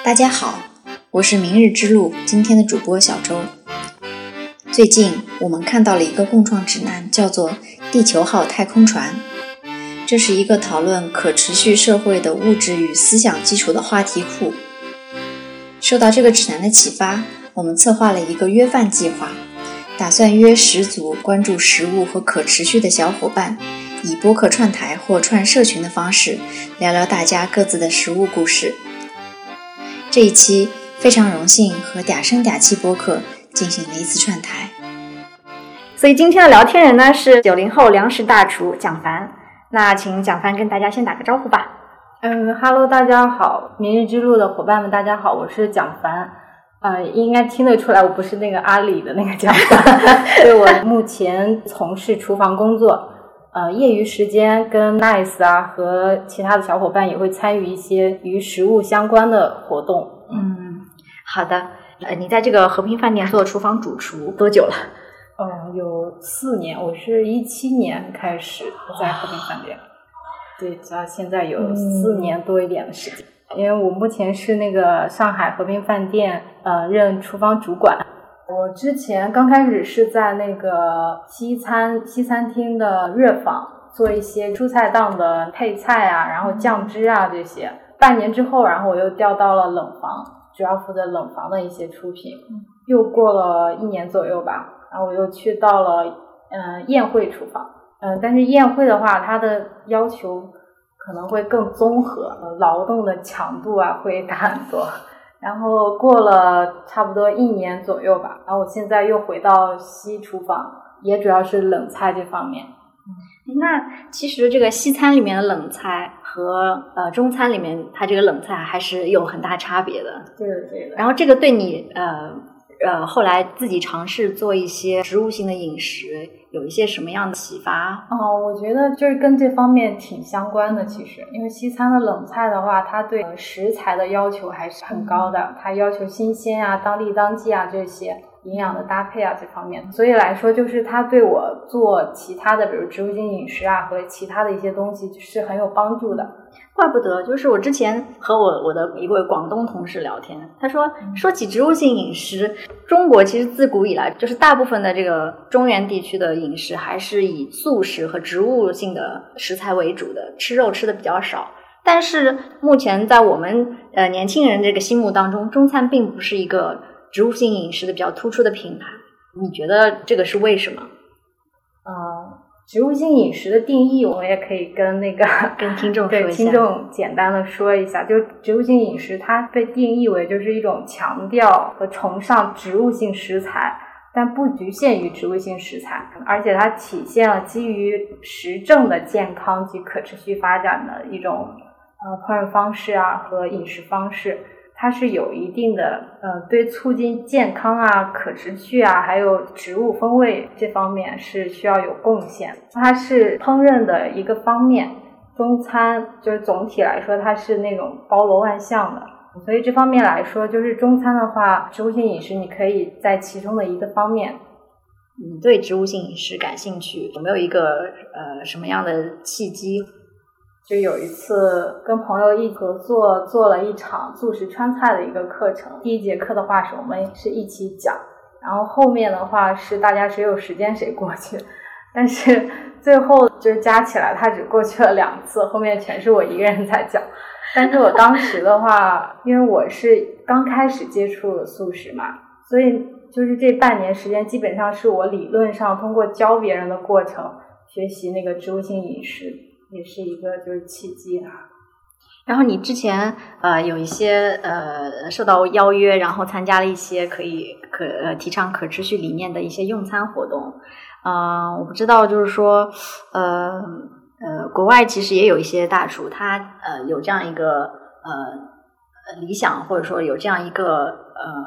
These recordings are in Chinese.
大家好，我是明日之路今天的主播小周。最近我们看到了一个共创指南，叫做地球号太空船。这是一个讨论可持续社会的物质与思想基础的话题库。受到这个指南的启发，我们策划了一个约饭计划，打算约10组关注食物和可持续的小伙伴，以播客串台或串社群的方式聊聊大家各自的食物故事。这一期非常荣幸和嗲声嗲气播客进行了一次串台。 所以今天的聊天人呢是90后粮食大厨蒋凡。那请蒋凡跟大家先打个招呼吧。 Hello， 大家好，明日之路的伙伴们，大家好，我是蒋凡。应该听得出来，我不是那个阿里的那个蒋凡，所以我目前从事厨房工作。业余时间跟 Nice 和其他的小伙伴也会参与一些与食物相关的活动。 好的。你在这个和平饭店做厨房主厨多久了？ 有4年，我是17年开始在和平饭店。对，到现在有4年多一点的时间。因为我目前是那个上海和平饭店任厨房主管。我之前刚开始是在那个西餐厅的乐坊做一些蔬菜档的配菜啊，然后酱汁啊这些。半年之后，然后我又调到了冷房，主要负责冷房的一些出品。又过了1年左右吧，然后我又去到了宴会厨房。但是宴会的话，它的要求可能会更综合，劳动的强度啊会大很多。然后过了差不多1年左右吧，然后我现在又回到西厨房，也主要是冷菜这方面。 那其实这个西餐里面的冷菜和中餐里面它这个冷菜还是有很大差别的。 对的。 然后这个对你后来自己尝试做一些植物性的饮食有一些什么样的启发？ 我觉得就是跟这方面挺相关的。其实因为西餐的冷菜的话，它对食材的要求还是很高的，它要求新鲜啊、当地当季啊这些营养的搭配啊这方面，所以来说就是它对我做其他的比如植物性饮食啊和其他的一些东西是很有帮助的。 怪不得，就是我之前和我的一位广东同事聊天，他说起植物性饮食，中国其实自古以来就是大部分的这个中原地区的饮食还是以素食和植物性的食材为主的，吃肉吃的比较少。但是目前在我们年轻人这个心目当中，中餐并不是一个植物性饮食的比较突出的品牌，你觉得这个是为什么？ 植物性饮食的定义我也可以跟听众说一下。 对听众简单的说一下，就植物性饮食它被定义为就是一种强调和崇尚植物性食材，但不局限于植物性食材，而且它体现了基于实证的健康及可持续发展的一种烹饪方式啊和饮食方式。它是有一定的对促进健康啊、可持续啊，还有植物风味这方面是需要有贡献。它是烹饪的一个方面，中餐就是总体来说它是那种包罗万象的，所以这方面来说，就是中餐的话，植物性饮食你可以在其中的一个方面。 你对植物性饮食感兴趣，有没有一个什么样的契机？ 就有一次跟朋友一合作做了一场素食川菜的一个课程，第1节课的话是我们是一起讲，然后后面的话是大家谁有时间谁过去，但是最后就是加起来他只过去了2次，后面全是我一个人在讲。但是我当时的话，因为我是刚开始接触素食嘛，所以就是这半年时间基本上是我理论上通过教别人的过程学习那个植物性饮食，也是一个就是契机啊。 然后你之前有一些受到邀约，然后参加了一些提倡可持续理念的一些用餐活动。我不知道就是说国外其实也有一些大厨，他有这样一个理想，或者说有这样一个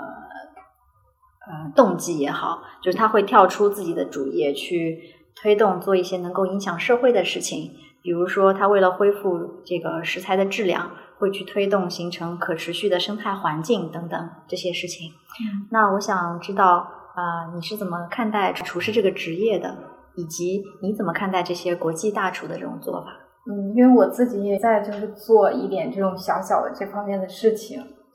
动机也好，就是他会跳出自己的主业去推动做一些能够影响社会的事情。比如说他为了恢复这个食材的质量，会去推动形成可持续的生态环境等等这些事情。那我想知道你是怎么看待厨师这个职业的，以及你怎么看待这些国际大厨的这种做法？ 因为我自己也在就是做一点这种小小的这方面的事情，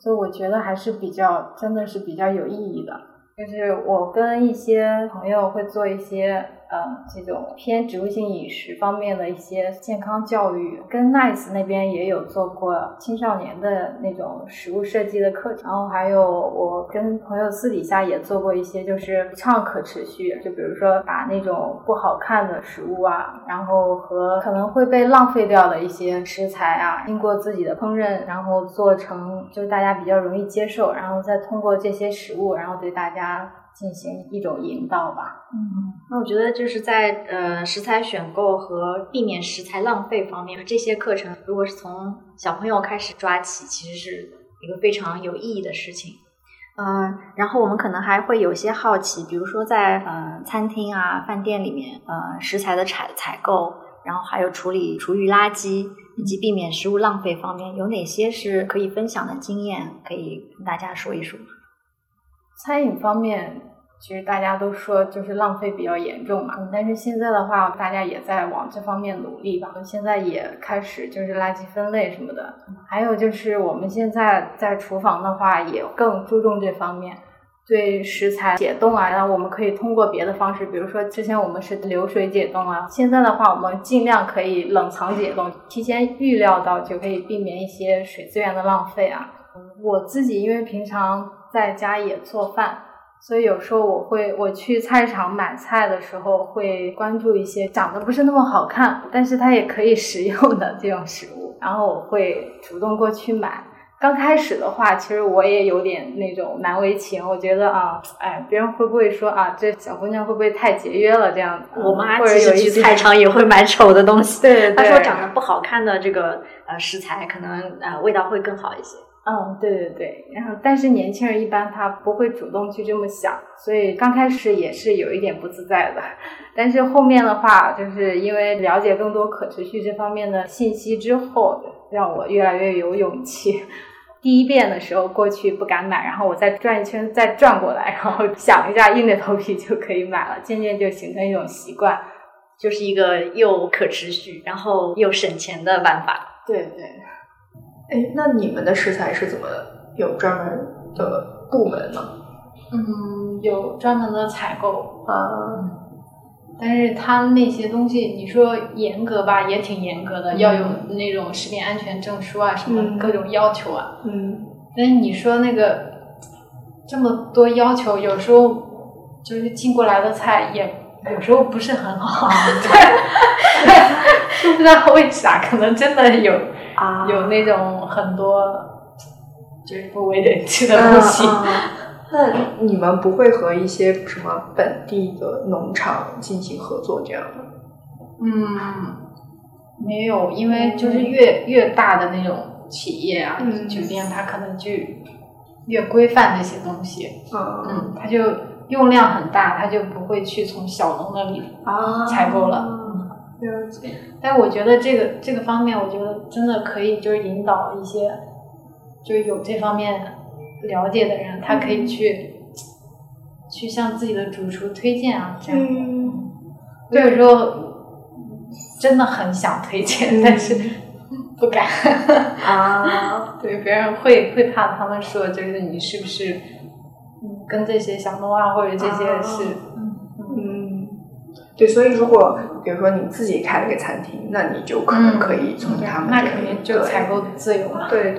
所以我觉得还是真的是比较有意义的。就是我跟一些朋友会做一些这种偏植物性饮食方面的一些健康教育，跟 NICE 那边也有做过青少年的那种食物设计的课程，然后还有我跟朋友私底下也做过一些就是倡可持续，就比如说把那种不好看的食物啊，然后和可能会被浪费掉的一些食材啊，经过自己的烹饪，然后做成就是大家比较容易接受，然后再通过这些食物，然后对大家进行一种引导吧。 那我觉得就是在食材选购和避免食材浪费方面，这些课程如果是从小朋友开始抓起，其实是一个非常有意义的事情。然后我们可能还会有些好奇，比如说在餐厅啊、饭店里面，食材的采购，然后还有处理厨余垃圾以及避免食物浪费方面，有哪些是可以分享的经验，可以跟大家说一说吗？ 餐饮方面其实大家都说就是浪费比较严重嘛，但是现在的话大家也在往这方面努力吧，现在也开始就是垃圾分类什么的，还有就是我们现在在厨房的话也更注重这方面，对食材解冻啊，然后我们可以通过别的方式，比如说之前我们是流水解冻啊，现在的话我们尽量可以冷藏解冻，提前预料到就可以避免一些水资源的浪费啊。我自己因为平常在家也做饭，所以有时候我去菜场买菜的时候会关注一些长得不是那么好看但是它也可以食用的这种食物，然后我会主动过去买。刚开始的话其实我也有点那种难为情，我觉得别人会不会说这小姑娘会不会太节约了这样子。 我妈其实去菜场也会买丑的东西， 对， 她说长得不好看的这个食材可能味道会更好一些。 对，然后但是年轻人一般他不会主动去这么想，所以刚开始也是有一点不自在的，但是后面的话就是因为了解更多可持续这方面的信息之后，让我越来越有勇气。第一遍的时候过去不敢买，然后我再转一圈再转过来，然后想一下硬着头皮就可以买了，渐渐就形成一种习惯， 就是一个又可持续然后又省钱的办法。 对。 那你们的食材是怎么有专门的部门吗？ 有专门的采购但是他那些东西你说严格吧也挺严格的，要有那种食品安全证书啊什么各种要求啊但是你说那个这么多要求，有时候就是进过来的菜也有时候不是很好对不知道为啥，可能真的有那种很多就是不为人知的东西那你们不会和一些什么本地的农场进行合作这样的？ 没有，因为就是越大的那种企业啊酒店它可能就越规范这些东西它就用量很大，它就不会去从小农那里采购了但我觉得这个方面我觉得真的可以就是引导一些就是有这方面了解的人，他可以去向自己的主厨推荐这样我有时候真的很想推荐但是不敢对，别人会怕他们说就是你是不是跟这些小农或者这些是对，所以如果比如说你自己开了个餐厅，那你就可能可以从他们那肯定就采购自由嘛。 对。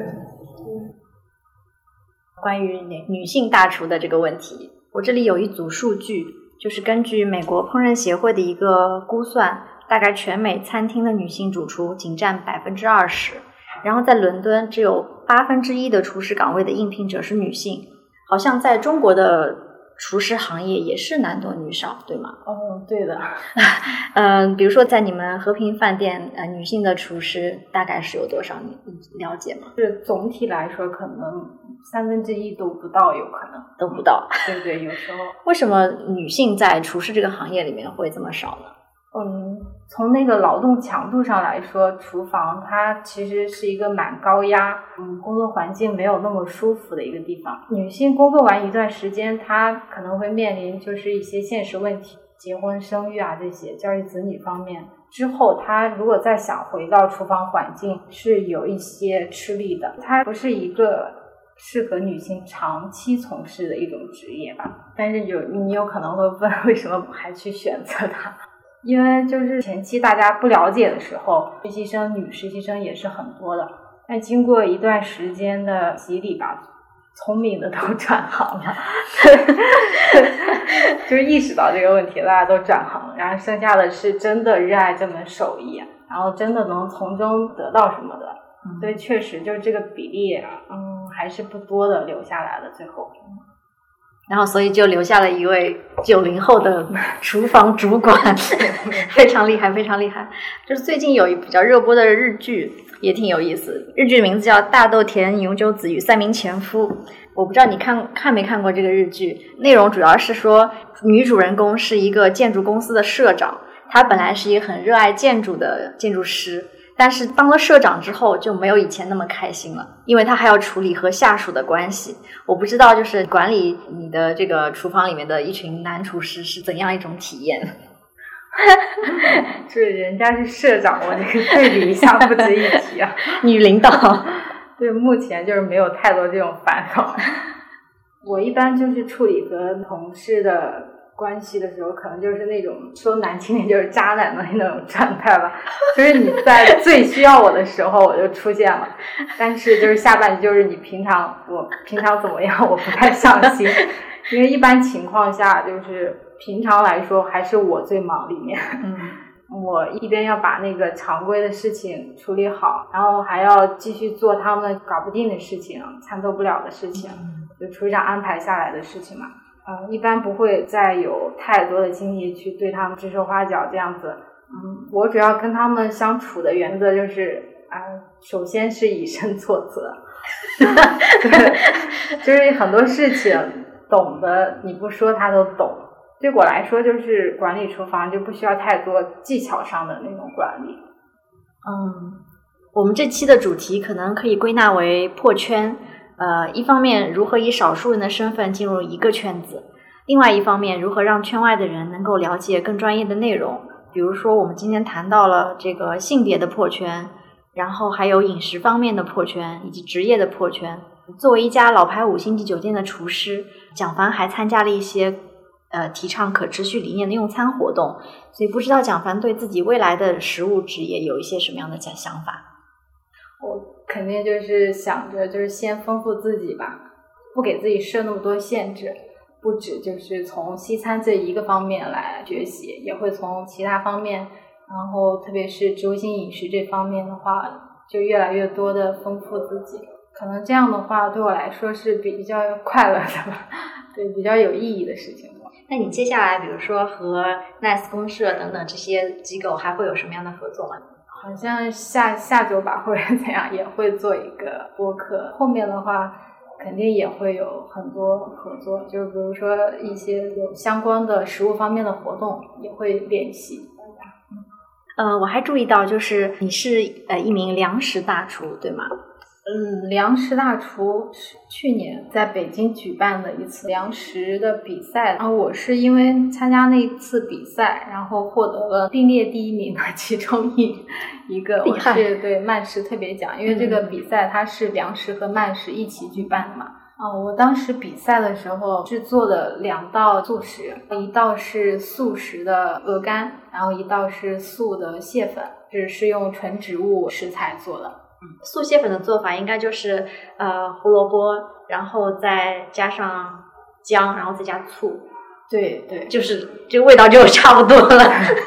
关于女性大厨的这个问题，我这里有一组数据，就是根据美国烹饪协会的一个估算，大概全美餐厅的女性主厨仅占 20%， 然后在伦敦只有1/8的厨师岗位的应聘者是女性，好像在中国的厨师行业也是男多女少，对吗？ 对的比如说在你们和平饭店女性的厨师大概是有多少，你了解吗？ 是总体来说可能1/3都不到，有可能都不到对，有时候为什么女性在厨师这个行业里面会这么少呢？ 从那个劳动强度上来说，厨房它其实是一个蛮高压工作环境没有那么舒服的一个地方。女性工作完一段时间，她可能会面临就是一些现实问题，结婚生育这些教育子女方面之后，她如果再想回到厨房环境是有一些吃力的。它不是一个适合女性长期从事的一种职业吧。但是你有可能会问，为什么还去选择它？因为就是前期大家不了解的时候，实习生女实习生也是很多的，但经过一段时间的洗礼吧，聪明的都转行了就是意识到这个问题，大家都转行了，然后剩下的是真的热爱这门手艺，然后真的能从中得到什么的。所以确实就是这个比例还是不多的留下来的最后。 然后所以就留下了一位90后的厨房主管非常厉害非常厉害。就是最近有一比较热播的日剧也挺有意思，日剧名字叫《大豆田永久子与三名前夫》，我不知道你看没看过这个日剧。内容主要是说女主人公是一个建筑公司的社长，她本来是一个很热爱建筑的建筑师，但是当了社长之后就没有以前那么开心了，因为他还要处理和下属的关系。我不知道就是管理你的这个厨房里面的一群男厨师是怎样一种体验。 是人家是社长，我这个对比一下不值一提啊。 女领导。 对，目前就是没有太多这种烦恼。我一般就是处理和同事的关系的时候，可能就是那种说难听点就是渣男的那种状态吧，就是你在最需要我的时候我就出现了，但是就是下半句就是我平常怎么样我不太上心，因为一般情况下就是平常来说还是我最忙里面。我一边要把那个常规的事情处理好，然后还要继续做他们搞不定的事情，参透不了的事情，就处长安排下来的事情嘛。一般不会再有太多的精力去对他们指手画脚这样子。我主要跟他们相处的原则就是首先是以身作则。对，就是很多事情懂的你不说他都懂。对我来说就是管理厨房就不需要太多技巧上的那种管理。 我们这期的主题可能可以归纳为破圈。一方面如何以少数人的身份进入一个圈子，另外一方面如何让圈外的人能够了解更专业的内容。比如说我们今天谈到了这个性别的破圈，然后还有饮食方面的破圈，以及职业的破圈。作为一家老牌5星级酒店的厨师，蒋凡还参加了一些提倡可持续理念的用餐活动，所以不知道蒋凡对自己未来的食物职业有一些什么样的想法。 我肯定就是想着就是先丰富自己吧，不给自己设那么多限制，不止就是从西餐这一个方面来学习，也会从其他方面，然后特别是植物性饮食这方面的话就越来越多的丰富自己。可能这样的话对我来说是比较快乐的吧，对，比较有意义的事情。 那你接下来比如说和 Nice 公社等等这些机构还会有什么样的合作吗？ 好像下周吧或者怎样也会做一个播客，后面的话肯定也会有很多合作，就是比如说一些有相关的食物方面的活动也会联系大家。 我还注意到就是你是一名粮食大厨对吗？ 粮食大厨是去年在北京举办的一次粮食的比赛，然后我是因为参加那次比赛，然后获得了并列第1名的其中一个，我是对慢食特别奖，因为这个比赛它是粮食和慢食一起举办的嘛。我当时比赛的时候制作的2道素食，一道是素食的鹅肝，然后一道是素的蟹粉，是用纯植物食材做的。 素蟹粉的做法应该就是胡萝卜，然后再加上姜，然后再加醋。 对对， 就是这个味道就差不多了。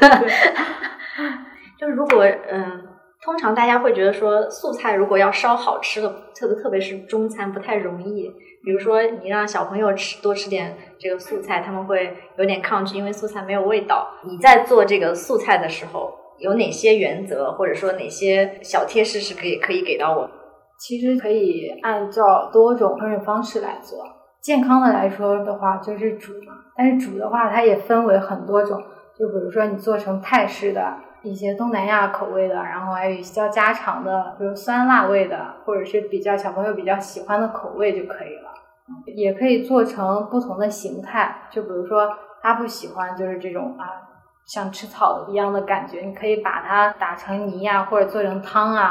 就是如果通常大家会觉得说素菜如果要烧好吃的，特别是中餐不太容易。比如说你让小朋友多吃点这个素菜，他们会有点抗拒，因为素菜没有味道。你在做这个素菜的时候有哪些原则，或者说哪些小贴士是可以给到我？ 其实可以按照多种烹饪方式来做。健康的来说的话就是煮嘛，但是煮的话它也分为很多种，就比如说你做成泰式的一些东南亚口味的，然后还有比较家常的比如酸辣味的，或者是比较小朋友比较喜欢的口味就可以了。也可以做成不同的形态，就比如说他不喜欢就是这种像吃草一样的感觉，你可以把它打成泥或者做成汤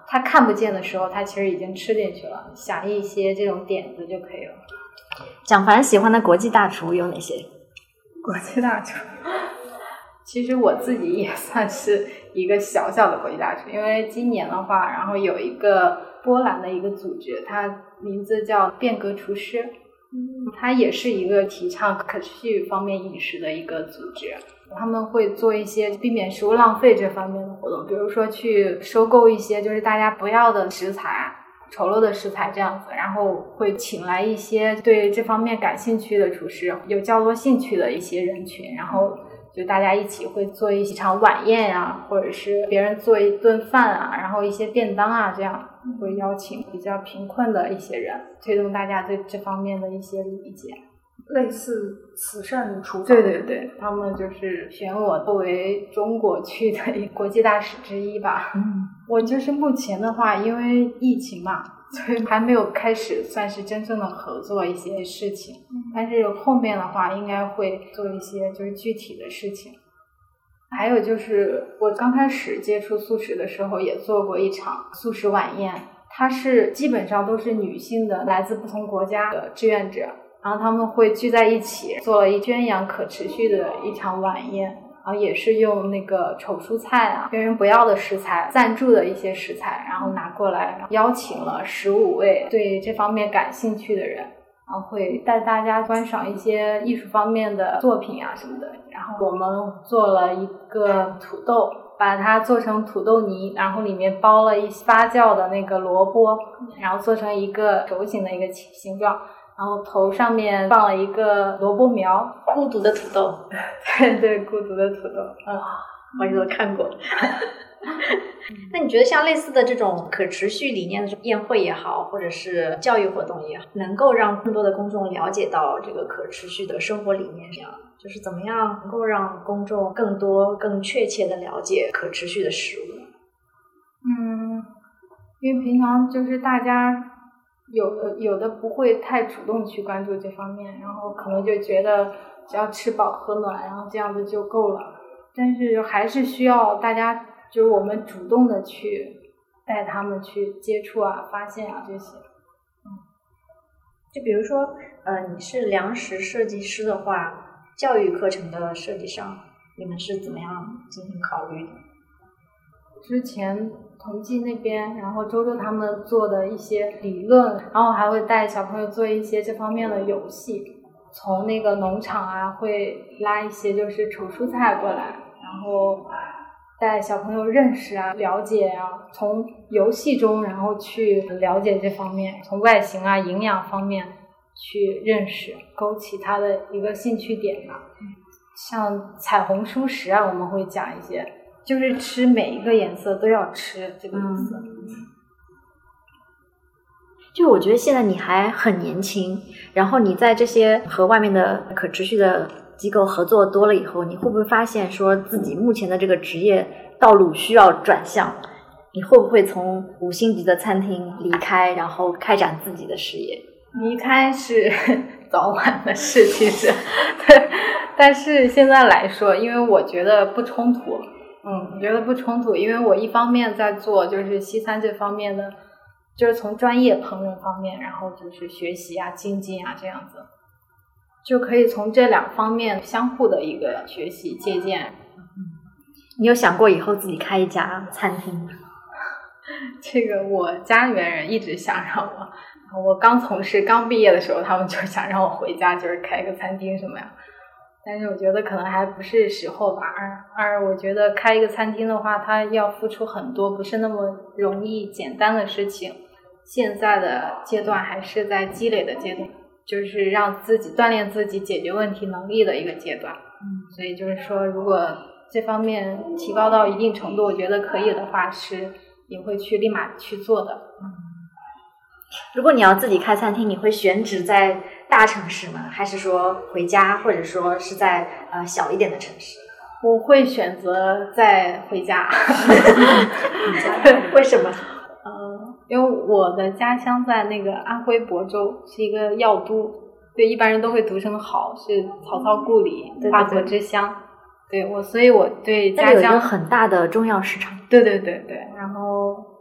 他看不见的时候，他其实已经吃进去了。想一些这种点子就可以了。 蒋凡喜欢的国际大厨有哪些？ 国际大厨，其实我自己也算是一个小小的国际大厨，因为今年的话，然后有一个波兰的一个组织，它名字叫变革厨师，它也是一个提倡可持续方面饮食的一个组织。他们会做一些避免食物浪费这方面的活动，比如说去收购一些就是大家不要的食材，丑陋的食材这样子，然后会请来一些对这方面感兴趣的厨师，有较多兴趣的一些人群，然后就大家一起会做一场晚宴啊，或者是别人做一顿饭啊，然后一些便当啊，这样会邀请比较贫困的一些人，推动大家对这方面的一些理解。 类似慈善厨房。 对对对，他们就是选我作为中国区的国际大使之一吧。我就是目前的话，因为疫情嘛，所以还没有开始算是真正的合作一些事情。但是后面的话，应该会做一些就是具体的事情。还有就是我刚开始接触素食的时候，也做过一场素食晚宴，它是基本上都是女性的来自不同国家的志愿者。然后他们会聚在一起做了宣扬可持续的一场晚宴，然后也是用那个丑蔬菜啊，别人不要的食材，赞助的一些食材，然后拿过来，邀请了15位对这方面感兴趣的人，然后会带大家观赏一些艺术方面的作品啊什么的。然后我们做了一个土豆，把它做成土豆泥，然后里面包了一发酵的那个萝卜，然后做成一个球形的一个形状，然后头上面放了一个萝卜苗， 孤独的土豆。 对对，孤独的土豆。 我也都看过。那你觉得像类似的这种可持续理念的宴会也好，或者是教育活动也好，能够让更多的公众了解到这个可持续的生活理念，这样就是怎么样能够让公众更多更确切的了解可持续的食物？ 因为平常就是大家有的不会太主动去关注这方面，然后可能就觉得只要吃饱喝暖，然后这样子就够了。但是还是需要大家就是我们主动的去带他们去接触啊、发现啊这些。 就比如说你是粮食设计师的话，教育课程的设计上你们是怎么样进行考虑的？ 之前同济那边，然后周周他们做的一些理论，然后还会带小朋友做一些这方面的游戏，从那个农场啊会拉一些就是丑蔬菜过来，然后带小朋友认识啊、了解啊，从游戏中然后去了解这方面，从外形啊、营养方面去认识，勾起他的一个兴趣点吧。像彩虹蔬食啊，我们会讲一些，就是吃每一个颜色都要吃这个意思。 就我觉得现在你还很年轻，然后你在这些和外面的可持续的机构合作多了以后，你会不会发现说自己目前的这个职业道路需要转向？你会不会从5星级的餐厅离开，然后开展自己的事业？ 离开是早晚的事，其实对，但是现在来说，因为我觉得不冲突，我觉得不冲突，因为我一方面在做就是西餐这方面的，就是从专业烹饪方面，然后就是学习啊、精进啊这样子，就可以从这2方面相互的一个学习借鉴。 你有想过以后自己开一家餐厅吗？ 这个我家里面人一直想让我刚毕业的时候，他们就想让我回家就是开个餐厅什么呀，但是我觉得可能还不是时候吧。我觉得开一个餐厅的话，它要付出很多不是那么容易简单的事情，现在的阶段还是在积累的阶段，就是让自己锻炼自己解决问题能力的一个阶段。所以就是说如果这方面提高到一定程度，我觉得可以的话，是也会立马去做的。 如果你要自己开餐厅，你会选址在大城市吗？还是说回家，或者说是在小一点的城市？ 我会选择再回家。 为什么？ 因为我的家乡在那个安徽亳州，是一个药都，对，一般人都会读成好，是曹操故里、华亳之乡。所以我对家乡有一个很大的中药市场。 对，然后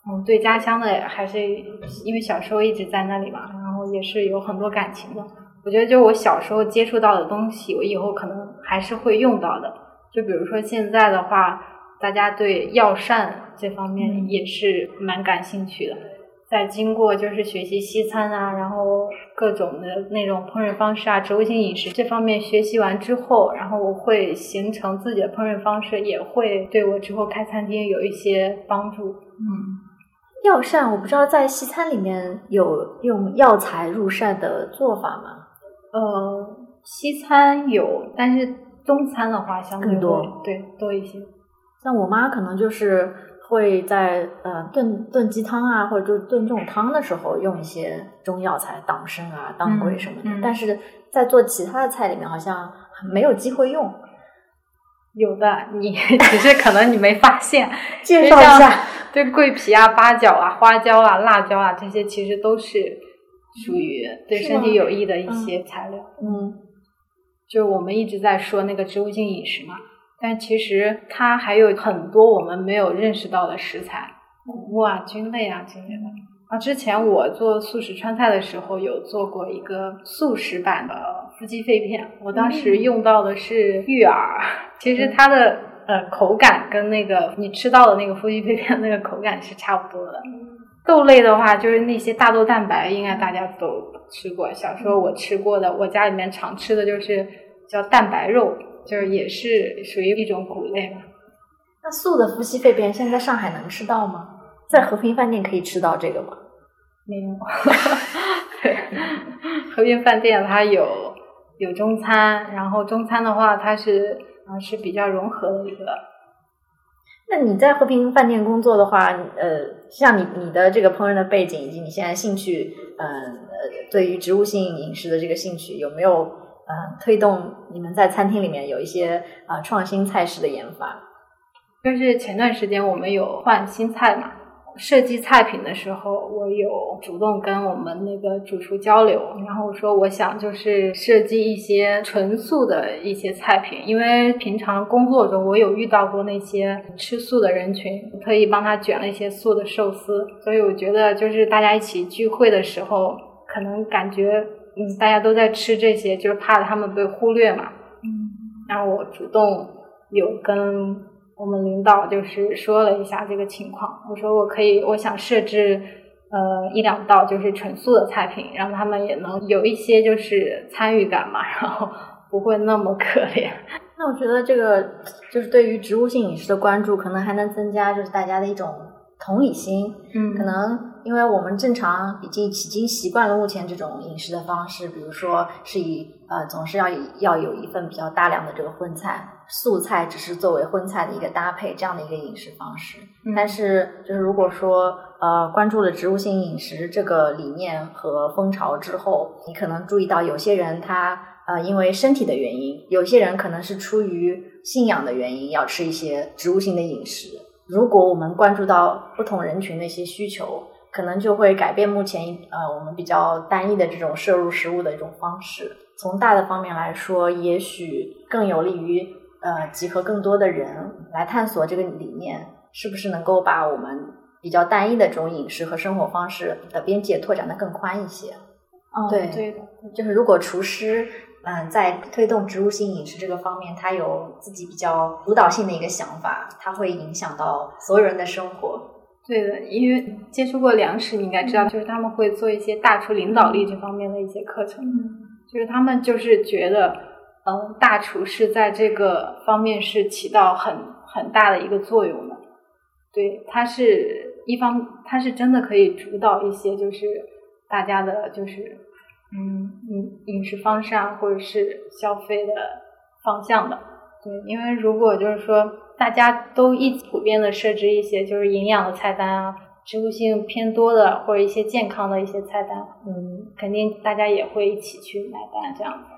对家乡的还是因为小时候一直在那里嘛，然后也是有很多感情的。我觉得就我小时候接触到的东西，我以后可能还是会用到的。就比如说现在的话，大家对药膳这方面也是蛮感兴趣的。在经过就是学习西餐啊，然后各种的那种烹饪方式啊，植物性饮食这方面学习完之后，然后我会形成自己的烹饪方式，也会对我之后开餐厅有一些帮助。 药膳我不知道在西餐里面有用药材入膳的做法吗？ 西餐有，但是中餐的话相对更多， 对，多一些。 像我妈可能就是会在炖鸡汤啊，或者就是炖这种汤的时候用一些中药材，党参啊、当归什么的，但是在做其他的菜里面好像没有机会用。 有的，你只是可能你没发现。 介绍一下。 对，桂皮啊、八角啊、花椒啊、辣椒啊，这些其实都是属于对身体有益的一些材料。就我们一直在说那个植物性饮食嘛，但其实它还有很多我们没有认识到的食材，谷物啊、菌类啊之类的。之前我做素食川菜的时候，有做过一个素食版的夫妻肺片，我当时用到的是玉耳，其实它的口感跟那个你吃到的那个夫妻肺片那个口感是差不多的。豆类的话，就是那些大豆蛋白，应该大家都吃过。小时候我吃过的，我家里面常吃的就是叫蛋白肉，就是也是属于一种谷类嘛。 那素的夫妻肺片现在上海能吃到吗？在和平饭店可以吃到这个吗？ 没有。对，和平饭店它有中餐，然后中餐的话它是比较融合的一个。 那你在和平饭店工作的话，像你的这个烹饪的背景以及你现在兴趣，对于植物性饮食的这个兴趣，有没有推动你们在餐厅里面有一些创新菜式的研发？ 就是前段时间我们有换新菜嘛，设计菜品的时候，我有主动跟我们那个主厨交流，然后我说我想就是设计一些纯素的一些菜品，因为平常工作中我有遇到过那些吃素的人群，特意帮他卷了一些素的寿司，所以我觉得就是大家一起聚会的时候，可能感觉大家都在吃这些，就是怕他们被忽略嘛。然后我主动有跟我们领导就是说了一下这个情况，我说我想设置一两道就是纯素的菜品，让他们也能有一些就是参与感嘛，然后不会那么可怜。 那我觉得这个就是对于植物性饮食的关注，可能还能增加就是大家的一种同理心。可能因为我们正常已经习惯了目前这种饮食的方式，比如说是总是要有一份比较大量的这个荤菜，素菜只是作为荤菜的一个搭配，这样的一个饮食方式。但是就是如果说关注了植物性饮食这个理念和风潮之后，你可能注意到有些人他因为身体的原因，有些人可能是出于信仰的原因要吃一些植物性的饮食。如果我们关注到不同人群的一些需求，可能就会改变目前我们比较单一的这种摄入食物的一种方式。从大的方面来说，也许更有利于集合更多的人来探索这个理念，是不是能够把我们比较单一的这种饮食和生活方式的边界拓展得更宽一些。对的， 就是如果厨师在推动植物性饮食这个方面，他有自己比较主导性的一个想法，他会影响到所有人的生活。 对的，因为接触过粮食，你应该知道，就是他们会做一些大厨领导力这方面的一些课程，就是他们就是觉得，大厨是在这个方面是起到很大的一个作用的。对，他是真的可以主导一些，就是大家的，就是饮食方式啊，或者是消费的方向的。对，因为如果就是说大家都一起普遍的设置一些就是营养的菜单啊，植物性偏多的或者一些健康的一些菜单，肯定大家也会一起去买单这样子。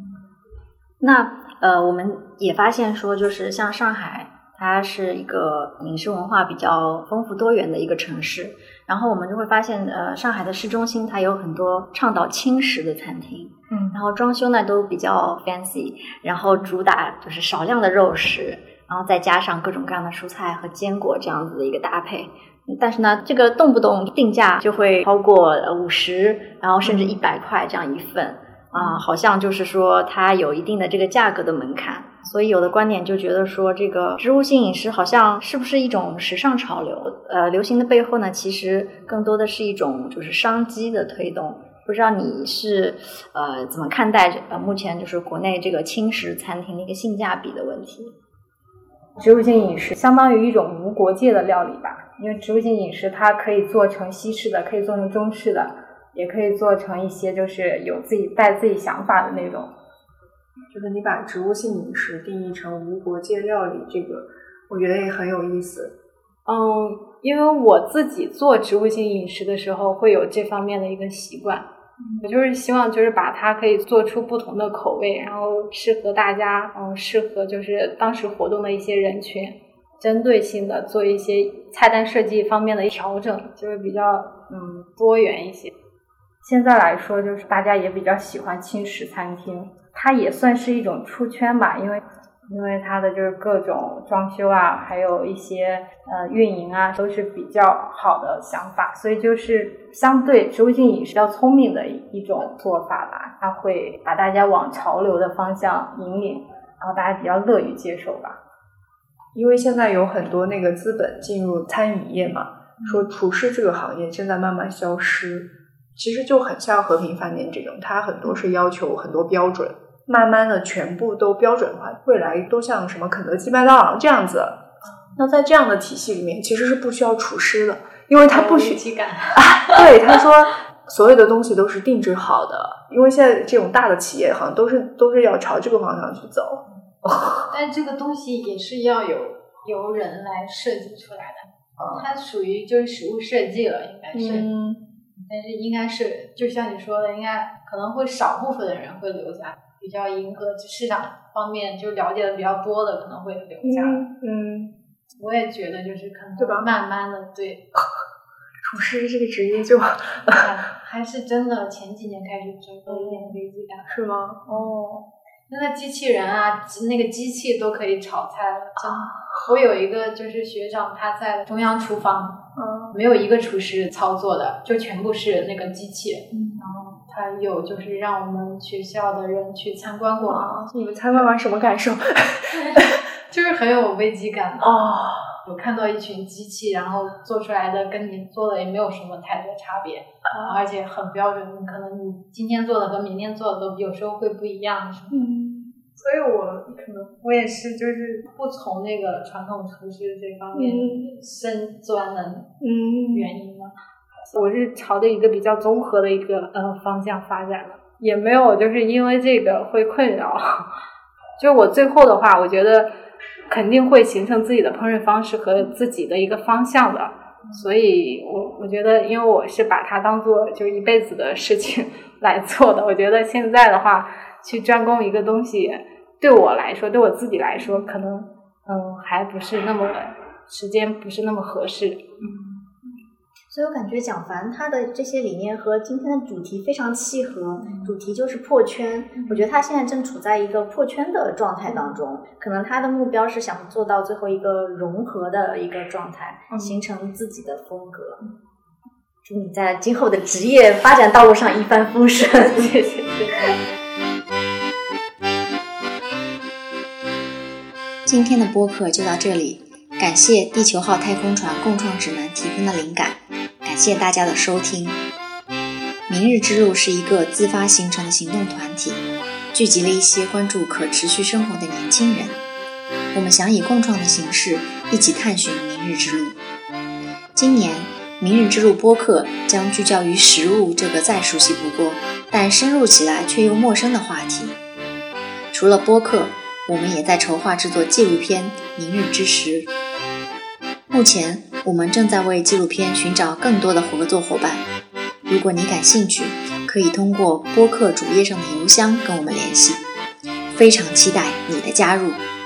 那我们也发现说，就是像上海，它是一个饮食文化比较丰富多元的一个城市，然后我们就会发现上海的市中心它有很多倡导轻食的餐厅，然后装修呢都比较 fancy， 然后主打就是少量的肉食，然后再加上各种各样的蔬菜和坚果这样子的一个搭配。 但是呢，这个动不动定价就会超过50，然后甚至100块这样一份好像就是说它有一定的这个价格的门槛。所以有的观点就觉得说，这个植物性饮食好像是不是一种时尚潮流？流行的背后呢，其实更多的是一种就是商机的推动。不知道你是怎么看待目前就是国内这个轻食餐厅的一个性价比的问题？ 植物性饮食相当于一种无国界的料理吧，因为植物性饮食它可以做成西式的，可以做成中式的，也可以做成一些就是有带自己想法的那种。 就是你把植物性饮食定义成无国界料理，这个我觉得也很有意思。 因为我自己做植物性饮食的时候会有这方面的一个习惯，我就是希望就是把它可以做出不同的口味，然后适合大家，适合就是当时活动的一些人群，针对性的做一些菜单设计方面的调整，就是比较多元一些。现在来说就是大家也比较喜欢轻食餐厅，它也算是一种出圈吧，因为它的就是各种装修啊，还有一些运营啊，都是比较好的想法，所以就是相对植物性饮食比较聪明的一种做法吧，它会把大家往潮流的方向引领，然后大家比较乐于接受吧。 因为现在有很多那个资本进入餐饮业嘛，说厨师这个行业正在慢慢消失，其实就很像和平饭店这种，它很多是要求很多标准，慢慢的全部都标准化，未来都像什么肯德基、麦当劳这样子。那在这样的体系里面其实是不需要厨师的，因为他不需对，他说所有的东西都是定制好的，因为现在这种大的企业好像都是要朝这个方向去走。 但这个东西也是要由人来设计出来的，它属于就是食物设计了，应该是但是应该是就像你说的，应该可能会少部分的人会留下，比较迎合市场方面就了解的比较多的可能会留下。我也觉得就是可能对吧， 慢慢的对厨师这个职业就还是真的前几年开始就有一点危机感。 是吗？ 那机器人啊，那个机器都可以炒菜了，真的。我有一个就是学长，他在中央厨房，没有一个厨师操作的，就全部是那个机器。然后他有就是让我们学校的人去参观过。 你们参观完什么感受？ 就是很有危机感的。有看到一群机器，然后做出来的跟你做的也没有什么太多差别，而且很标准，可能你今天做的和明天做的都有时候会不一样。所以我也是就是不从那个传统厨师这方面深钻的原因嘛。 我是朝着一个比较综合的一个方向发展的，也没有就是因为这个会困扰。就我最后的话，我觉得肯定会形成自己的烹饪方式和自己的一个方向的，所以我觉得因为我是把它当做就一辈子的事情来做的，我觉得现在的话去专攻一个东西对我来说，对我自己来说可能还不是那么时间不是那么合适。 所以我感觉蒋凡他的这些理念和今天的主题非常契合，主题就是破圈。我觉得他现在正处在一个破圈的状态当中，可能他的目标是想做到最后一个融合的一个状态，形成自己的风格。祝你在今后的职业发展道路上一帆风顺。谢谢。今天的播客就到这里，感谢地球号太空船共创指南提供的灵感，感谢大家的收听。明日之路是一个自发形成的行动团体，聚集了一些关注可持续生活的年轻人。我们想以共创的形式一起探寻明日之路。今年明日之路播客将聚焦于食物这个再熟悉不过但深入起来却又陌生的话题。除了播客，我们也在筹划制作纪录片《明日之时》。目前我们正在为纪录片寻找更多的合作伙伴，如果你感兴趣，可以通过播客主页上的邮箱跟我们联系。非常期待你的加入。